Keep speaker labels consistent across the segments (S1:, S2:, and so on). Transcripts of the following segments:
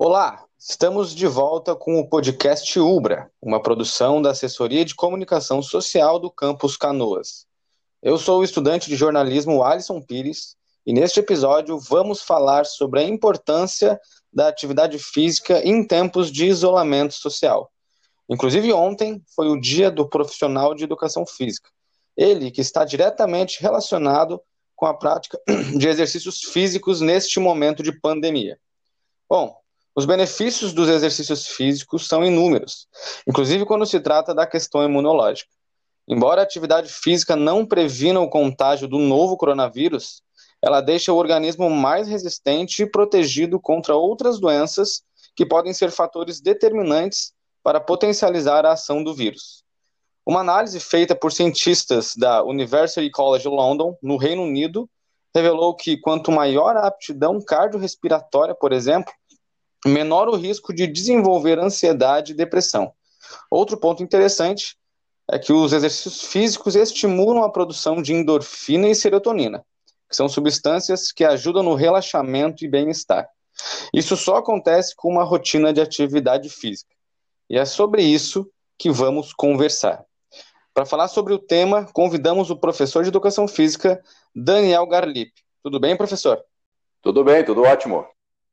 S1: Olá, estamos de volta com o podcast Ubra, uma produção da Assessoria de Comunicação Social do Campus Canoas. Eu sou o estudante de jornalismo Alisson Pires e neste episódio vamos falar sobre a importância da atividade física em tempos de isolamento social. Inclusive ontem foi o dia do profissional de educação física, ele que está diretamente relacionado com a prática de exercícios físicos neste momento de pandemia. Bom, os benefícios dos exercícios físicos são inúmeros, inclusive quando se trata da questão imunológica. Embora a atividade física não previna o contágio do novo coronavírus, ela deixa o organismo mais resistente e protegido contra outras doenças que podem ser fatores determinantes para potencializar a ação do vírus. Uma análise feita por cientistas da University College London, no Reino Unido, revelou que quanto maior a aptidão cardiorrespiratória, por exemplo, menor o risco de desenvolver ansiedade e depressão. Outro ponto interessante é que os exercícios físicos estimulam a produção de endorfina e serotonina, que são substâncias que ajudam no relaxamento e bem-estar. Isso só acontece com uma rotina de atividade física. E é sobre isso que vamos conversar. Para falar sobre o tema, convidamos o professor de Educação Física, Daniel Garlip. Tudo bem, professor?
S2: Tudo bem, tudo ótimo.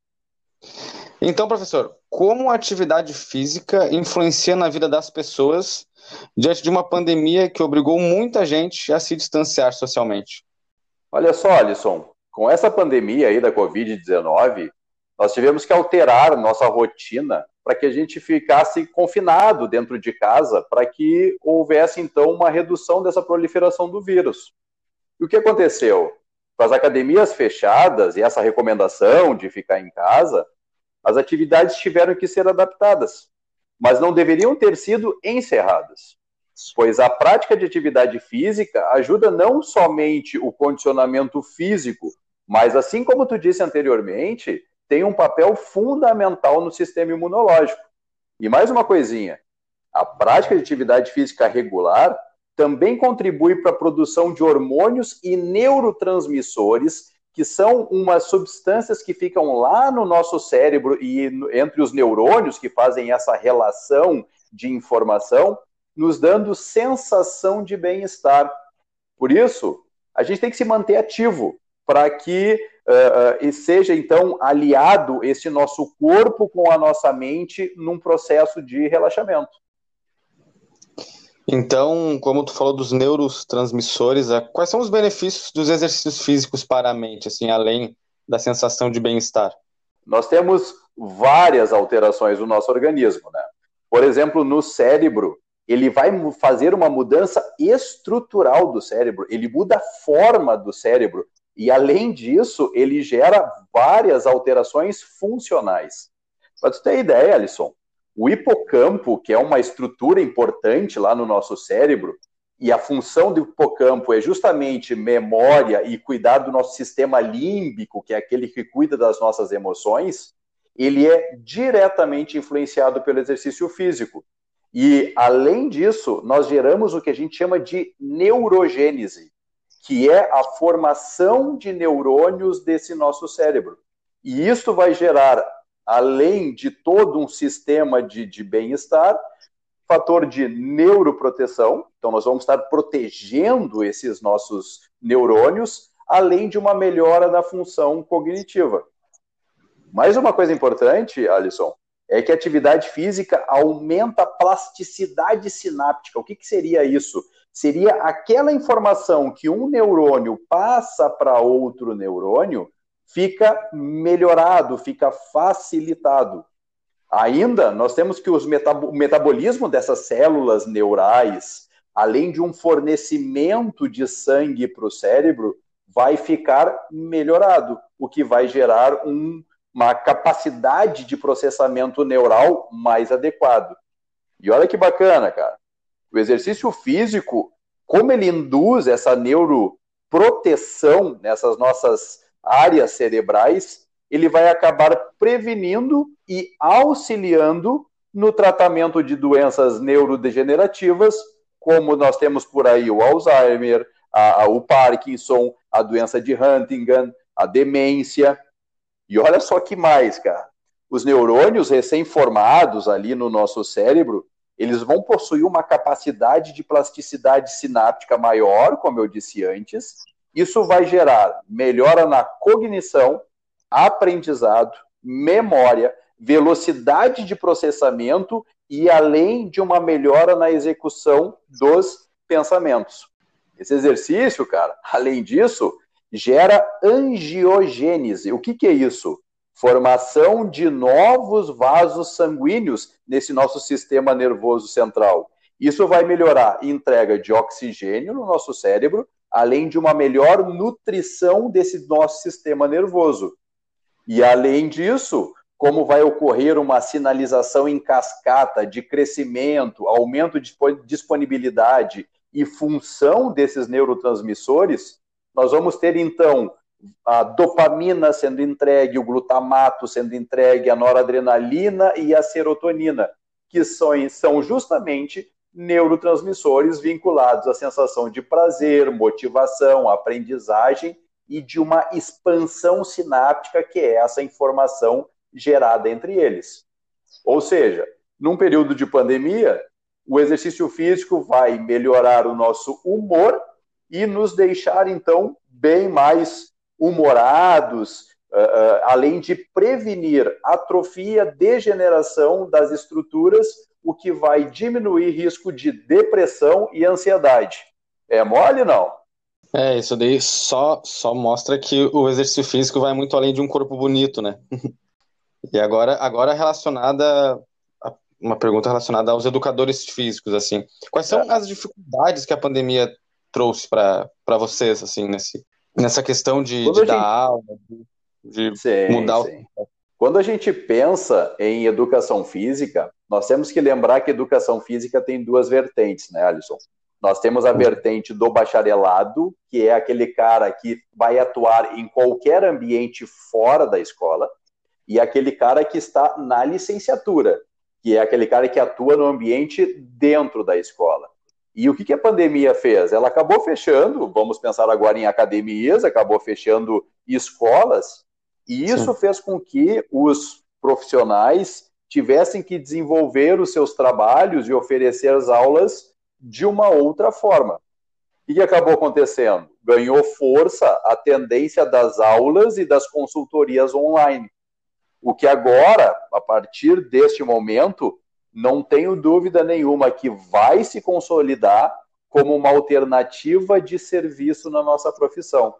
S1: Então, professor, como a atividade física influencia na vida das pessoas diante de uma pandemia que obrigou muita gente a se distanciar socialmente?
S2: Olha só, Alisson, com essa pandemia aí da Covid-19, nós tivemos que alterar nossa rotina para que a gente ficasse confinado dentro de casa, para que houvesse, então, uma redução dessa proliferação do vírus. E o que aconteceu? Com as academias fechadas e essa recomendação de ficar em casa, as atividades tiveram que ser adaptadas, mas não deveriam ter sido encerradas, pois a prática de atividade física ajuda não somente o condicionamento físico, mas, assim como tu disse anteriormente, tem um papel fundamental no sistema imunológico. E mais uma coisinha, a prática de atividade física regular também contribui para a produção de hormônios e neurotransmissores, que são umas substâncias que ficam lá no nosso cérebro e entre os neurônios que fazem essa relação de informação, nos dando sensação de bem-estar. Por isso, a gente tem que se manter ativo para que seja, então, aliado esse nosso corpo com a nossa mente num processo de relaxamento.
S1: Então, como tu falou dos neurotransmissores, quais são os benefícios dos exercícios físicos para a mente, assim, além da sensação de bem-estar?
S2: Nós temos várias alterações no nosso organismo, né? Por exemplo, no cérebro, ele vai fazer uma mudança estrutural do cérebro, ele muda a forma do cérebro e, além disso, ele gera várias alterações funcionais. Para tu ter ideia, Alisson, o hipocampo, que é uma estrutura importante lá no nosso cérebro, e a função do hipocampo é justamente memória e cuidar do nosso sistema límbico, que é aquele que cuida das nossas emoções, ele é diretamente influenciado pelo exercício físico. E, além disso, nós geramos o que a gente chama de neurogênese, que é a formação de neurônios desse nosso cérebro. E isso vai gerar, além de todo um sistema de bem-estar, fator de neuroproteção, então nós vamos estar protegendo esses nossos neurônios, além de uma melhora da função cognitiva. Mais uma coisa importante, Alisson, é que a atividade física aumenta a plasticidade sináptica. O que seria isso? Seria aquela informação que um neurônio passa para outro neurônio, fica melhorado, fica facilitado. Ainda, nós temos que o metabolismo dessas células neurais, além de um fornecimento de sangue para o cérebro, vai ficar melhorado, o que vai gerar uma capacidade de processamento neural mais adequado. E olha que bacana, cara. O exercício físico, como ele induz essa neuroproteção nessas nossas áreas cerebrais, ele vai acabar prevenindo e auxiliando no tratamento de doenças neurodegenerativas, como nós temos por aí o Alzheimer, o Parkinson, a doença de Huntington, a demência. E olha só que mais, cara. Os neurônios recém-formados ali no nosso cérebro, eles vão possuir uma capacidade de plasticidade sináptica maior, como eu disse antes. Isso vai gerar melhora na cognição, aprendizado, memória, velocidade de processamento e além de uma melhora na execução dos pensamentos. Esse exercício, cara, além disso, gera angiogênese. O que é isso? Formação de novos vasos sanguíneos nesse nosso sistema nervoso central. Isso vai melhorar a entrega de oxigênio no nosso cérebro, além de uma melhor nutrição desse nosso sistema nervoso. E além disso, como vai ocorrer uma sinalização em cascata de crescimento, aumento de disponibilidade e função desses neurotransmissores, nós vamos ter, então, a dopamina sendo entregue, o glutamato sendo entregue, a noradrenalina e a serotonina, que são justamente neurotransmissores vinculados à sensação de prazer, motivação, aprendizagem e de uma expansão sináptica, que é essa informação gerada entre eles. Ou seja, num período de pandemia, o exercício físico vai melhorar o nosso humor e nos deixar, então, bem mais humorados, além de prevenir atrofia, degeneração das estruturas, o que vai diminuir risco de depressão e ansiedade. É mole, não?
S1: Isso daí só mostra que o exercício físico vai muito além de um corpo bonito, né? E agora uma pergunta relacionada aos educadores físicos, assim. Quais são as dificuldades que a pandemia trouxe para vocês, assim, nessa questão de dar aula, de mudar
S2: sim. Quando a gente pensa em educação física, nós temos que lembrar que educação física tem duas vertentes, né, Alisson? Nós temos a vertente do bacharelado, que é aquele cara que vai atuar em qualquer ambiente fora da escola, e aquele cara que está na licenciatura, que é aquele cara que atua no ambiente dentro da escola. E o que a pandemia fez? Ela acabou fechando, vamos pensar agora em academias, acabou fechando escolas, e isso fez com que os profissionais tivessem que desenvolver os seus trabalhos e oferecer as aulas de uma outra forma. O que acabou acontecendo? Ganhou força a tendência das aulas e das consultorias online. O que agora, a partir deste momento, não tenho dúvida nenhuma que vai se consolidar como uma alternativa de serviço na nossa profissão.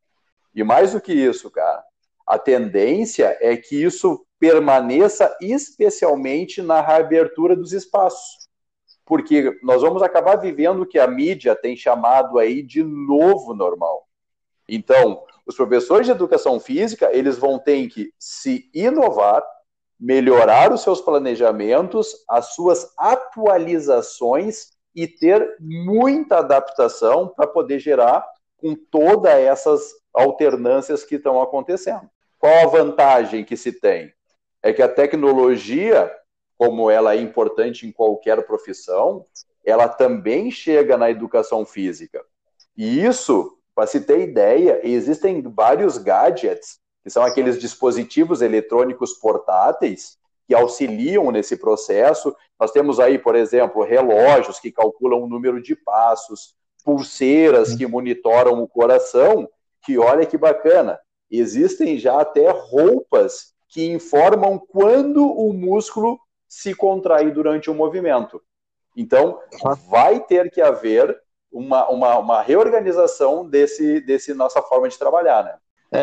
S2: E mais do que isso, cara, a tendência é que isso permaneça especialmente na reabertura dos espaços. Porque nós vamos acabar vivendo o que a mídia tem chamado aí de novo normal. Então, os professores de educação física, eles vão ter que se inovar, melhorar os seus planejamentos, as suas atualizações e ter muita adaptação para poder gerar com todas essas alternâncias que estão acontecendo. Qual a vantagem que se tem? É que a tecnologia, como ela é importante em qualquer profissão, ela também chega na educação física. E isso, para se ter ideia, existem vários gadgets, que são aqueles dispositivos eletrônicos portáteis, que auxiliam nesse processo. Nós temos aí, por exemplo, relógios que calculam o número de passos, pulseiras que monitoram o coração, que olha que bacana. Existem já até roupas que informam quando o músculo se contrai durante o movimento. Então, vai ter que haver uma reorganização desse nossa forma de trabalhar, né?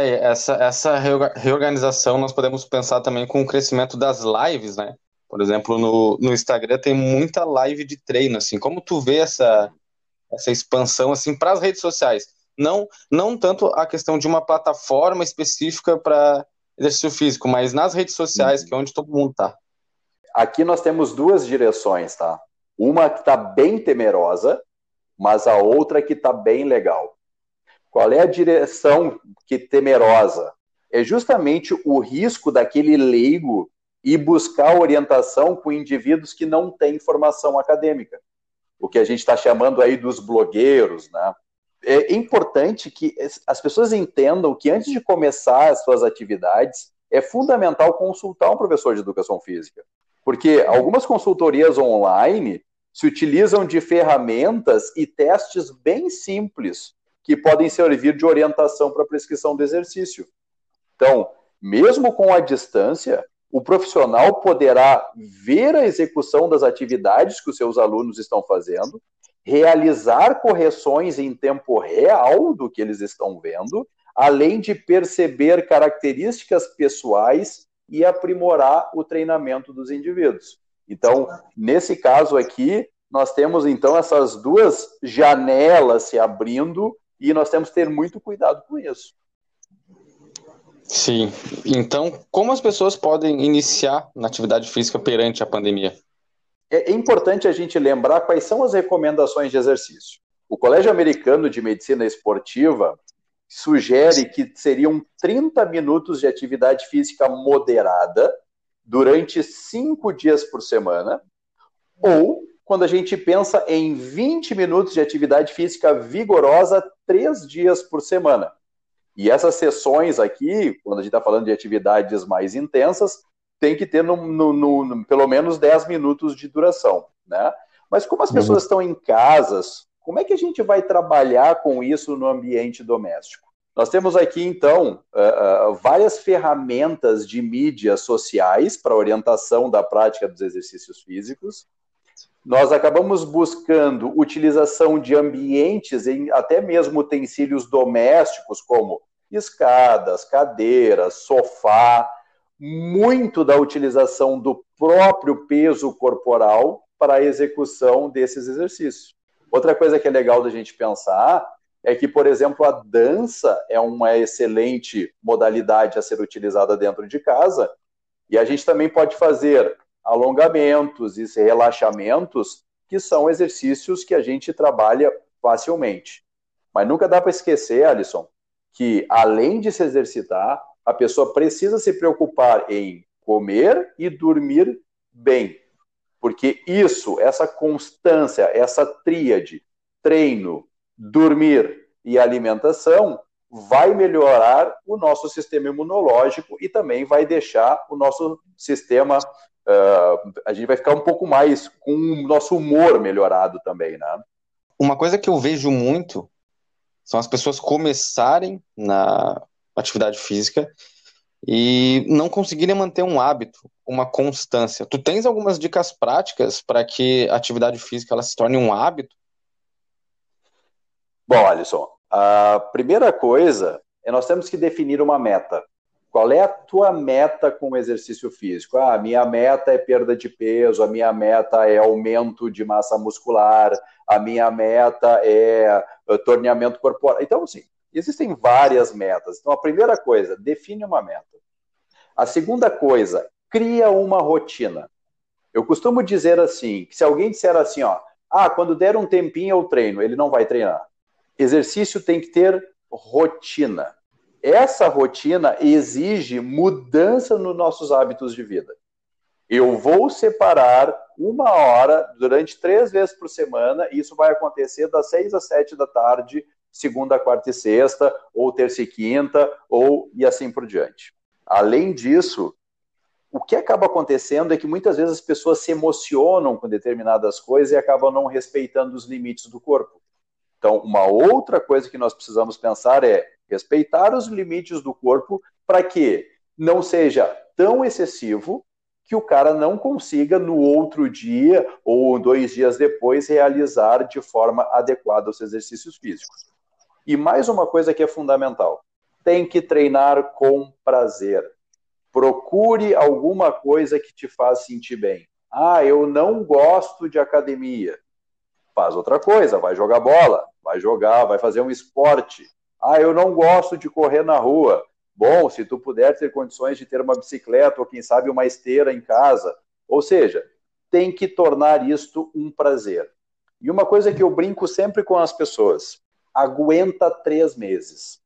S1: Essa reorganização nós podemos pensar também com o crescimento das lives, né? Por exemplo, no Instagram tem muita live de treino, assim. Como tu vê essa expansão, assim, para as redes sociais? Não tanto a questão de uma plataforma específica para exercício físico, mas nas redes sociais, que é onde todo mundo está.
S2: Aqui nós temos duas direções, tá? Uma que está bem temerosa, mas a outra que está bem legal. Qual é a direção que temerosa? É justamente o risco daquele leigo ir buscar orientação com indivíduos que não têm formação acadêmica. O que a gente está chamando aí dos blogueiros, né? É importante que as pessoas entendam que antes de começar as suas atividades, é fundamental consultar um professor de educação física. Porque algumas consultorias online se utilizam de ferramentas e testes bem simples que podem servir de orientação para a prescrição do exercício. Então, mesmo com a distância, o profissional poderá ver a execução das atividades que os seus alunos estão fazendo, realizar correções em tempo real do que eles estão vendo, além de perceber características pessoais e aprimorar o treinamento dos indivíduos. Então, nesse caso aqui, nós temos, então, essas duas janelas se abrindo e nós temos que ter muito cuidado com isso.
S1: Sim. Então, como as pessoas podem iniciar na atividade física perante a pandemia?
S2: É importante a gente lembrar quais são as recomendações de exercício. O Colégio Americano de Medicina Esportiva sugere que seriam 30 minutos de atividade física moderada durante 5 dias por semana, ou quando a gente pensa em 20 minutos de atividade física vigorosa 3 dias por semana. E essas sessões aqui, quando a gente está falando de atividades mais intensas, tem que ter pelo menos 10 minutos de duração, né? Mas como as pessoas estão em casas, como é que a gente vai trabalhar com isso no ambiente doméstico? Nós temos aqui, então, várias ferramentas de mídias sociais para orientação da prática dos exercícios físicos. Nós acabamos buscando utilização de ambientes, até mesmo utensílios domésticos, como escadas, cadeiras, sofá, muito da utilização do próprio peso corporal para a execução desses exercícios. Outra coisa que é legal da gente pensar é que, por exemplo, a dança é uma excelente modalidade a ser utilizada dentro de casa, e a gente também pode fazer alongamentos e relaxamentos, que são exercícios que a gente trabalha facilmente. Mas nunca dá para esquecer, Alisson, que além de se exercitar, a pessoa precisa se preocupar em comer e dormir bem. Porque isso, essa constância, essa tríade, treino, dormir e alimentação, vai melhorar o nosso sistema imunológico e também vai deixar o nosso sistema, a gente vai ficar um pouco mais com o nosso humor melhorado também, né?
S1: Uma coisa que eu vejo muito são as pessoas começarem na atividade física e não conseguirem manter um hábito, uma constância. Tu tens algumas dicas práticas para que a atividade física ela se torne um hábito?
S2: Bom, Alisson, a primeira coisa é nós temos que definir uma meta. Qual é a tua meta com o exercício físico? A minha meta é perda de peso, a minha meta é aumento de massa muscular, a minha meta é torneamento corporal. Então, assim, existem várias metas. Então, a primeira coisa, define uma meta. A segunda coisa, cria uma rotina. Eu costumo dizer assim, que se alguém disser assim, quando der um tempinho eu treino, ele não vai treinar. Exercício tem que ter rotina. Essa rotina exige mudança nos nossos hábitos de vida. Eu vou separar 1 hora durante 3 vezes por semana, e isso vai acontecer das 6 às 7 da tarde, segunda, quarta e sexta, ou terça e quinta, e assim por diante. Além disso, o que acaba acontecendo é que muitas vezes as pessoas se emocionam com determinadas coisas e acabam não respeitando os limites do corpo. Então, uma outra coisa que nós precisamos pensar é respeitar os limites do corpo para que não seja tão excessivo que o cara não consiga no outro dia ou 2 dias depois realizar de forma adequada os exercícios físicos. E mais uma coisa que é fundamental, tem que treinar com prazer. Procure alguma coisa que te faz sentir bem. Eu não gosto de academia. Faz outra coisa, vai jogar bola, vai fazer um esporte. Eu não gosto de correr na rua. Bom, se tu puder ter condições de ter uma bicicleta ou quem sabe uma esteira em casa. Ou seja, tem que tornar isto um prazer. E uma coisa que eu brinco sempre com as pessoas, aguenta 3 meses.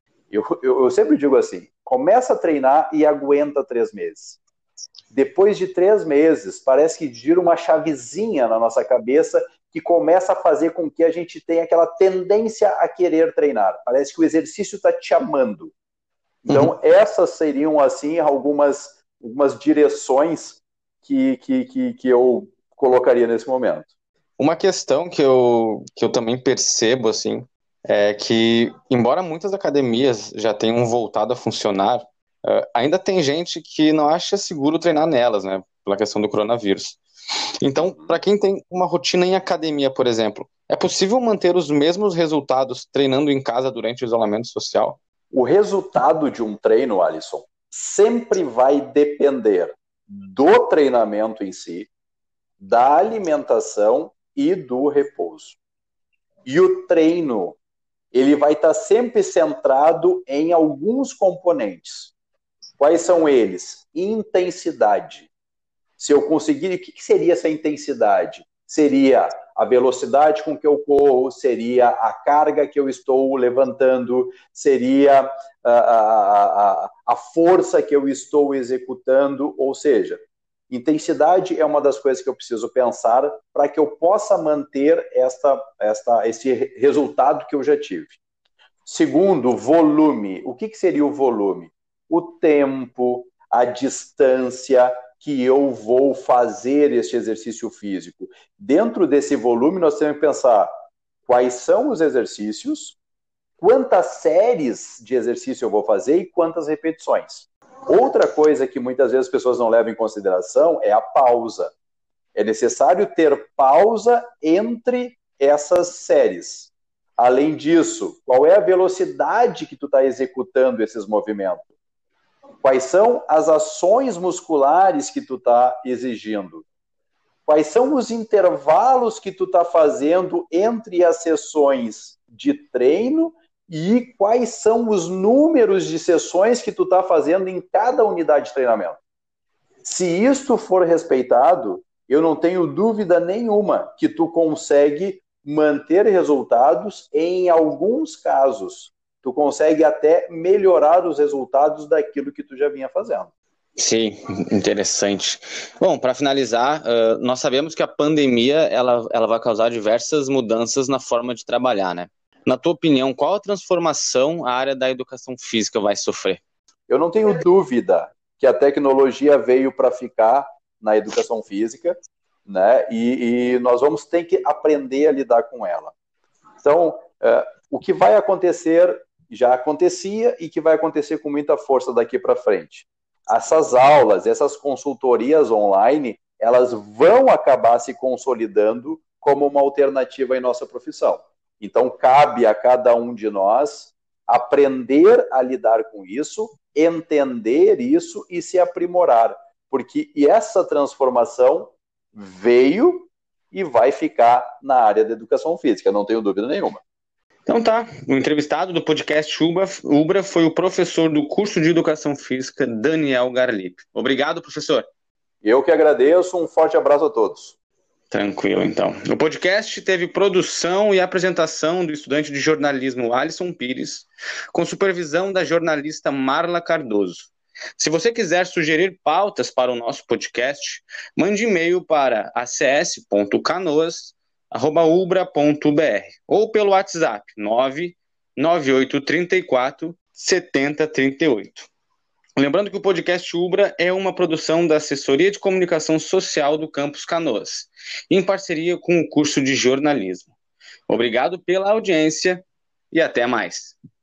S2: Eu sempre digo assim, começa a treinar e aguenta 3 meses. Depois de 3 meses, parece que gira uma chavezinha na nossa cabeça que começa a fazer com que a gente tenha aquela tendência a querer treinar. Parece que o exercício está te chamando. Então, essas seriam, assim, algumas direções que eu colocaria nesse momento.
S1: Uma questão que eu também percebo, assim, é que, embora muitas academias já tenham voltado a funcionar, ainda tem gente que não acha seguro treinar nelas, né, pela questão do coronavírus. Então, para quem tem uma rotina em academia, por exemplo, é possível manter os mesmos resultados treinando em casa durante o isolamento social?
S2: O resultado de um treino, Alisson, sempre vai depender do treinamento em si, da alimentação e do repouso. E o treino, ele vai estar sempre centrado em alguns componentes. Quais são eles? Intensidade. Se eu conseguir, o que seria essa intensidade? Seria a velocidade com que eu corro, seria a carga que eu estou levantando, seria a força que eu estou executando, ou seja, intensidade é uma das coisas que eu preciso pensar para que eu possa manter esse resultado que eu já tive. Segundo, volume. O que seria o volume? O tempo, a distância que eu vou fazer este exercício físico. Dentro desse volume, nós temos que pensar quais são os exercícios, quantas séries de exercício eu vou fazer e quantas repetições. Outra coisa que muitas vezes as pessoas não levam em consideração é a pausa. É necessário ter pausa entre essas séries. Além disso, qual é a velocidade que tu está executando esses movimentos? Quais são as ações musculares que tu está exigindo? Quais são os intervalos que tu está fazendo entre as sessões de treino e quais são os números de sessões que tu está fazendo em cada unidade de treinamento? Se isto for respeitado, eu não tenho dúvida nenhuma que tu consegue manter resultados em alguns casos. Tu consegue até melhorar os resultados daquilo que tu já vinha fazendo.
S1: Sim, interessante. Bom, para finalizar, nós sabemos que a pandemia ela vai causar diversas mudanças na forma de trabalhar, né? Na tua opinião, qual a transformação a área da educação física vai sofrer?
S2: Eu não tenho dúvida que a tecnologia veio para ficar na educação física, né? E nós vamos ter que aprender a lidar com ela. Então, o que vai acontecer já acontecia e que vai acontecer com muita força daqui para frente. Essas aulas, essas consultorias online, elas vão acabar se consolidando como uma alternativa em nossa profissão. Então, cabe a cada um de nós aprender a lidar com isso, entender isso e se aprimorar. Porque essa transformação veio e vai ficar na área da educação física, não tenho dúvida nenhuma.
S1: Então tá, o entrevistado do podcast Ubra foi o professor do curso de Educação Física, Daniel Garlip. Obrigado, professor.
S2: Eu que agradeço, um forte abraço a todos.
S1: Tranquilo, então. O podcast teve produção e apresentação do estudante de jornalismo Alisson Pires, com supervisão da jornalista Marla Cardoso. Se você quiser sugerir pautas para o nosso podcast, mande e-mail para acs.canoas@ubra.br ou pelo WhatsApp 99834 7038. Lembrando que o podcast Ubra é uma produção da Assessoria de Comunicação Social do Campus Canoas, em parceria com o curso de jornalismo. Obrigado pela audiência e até mais.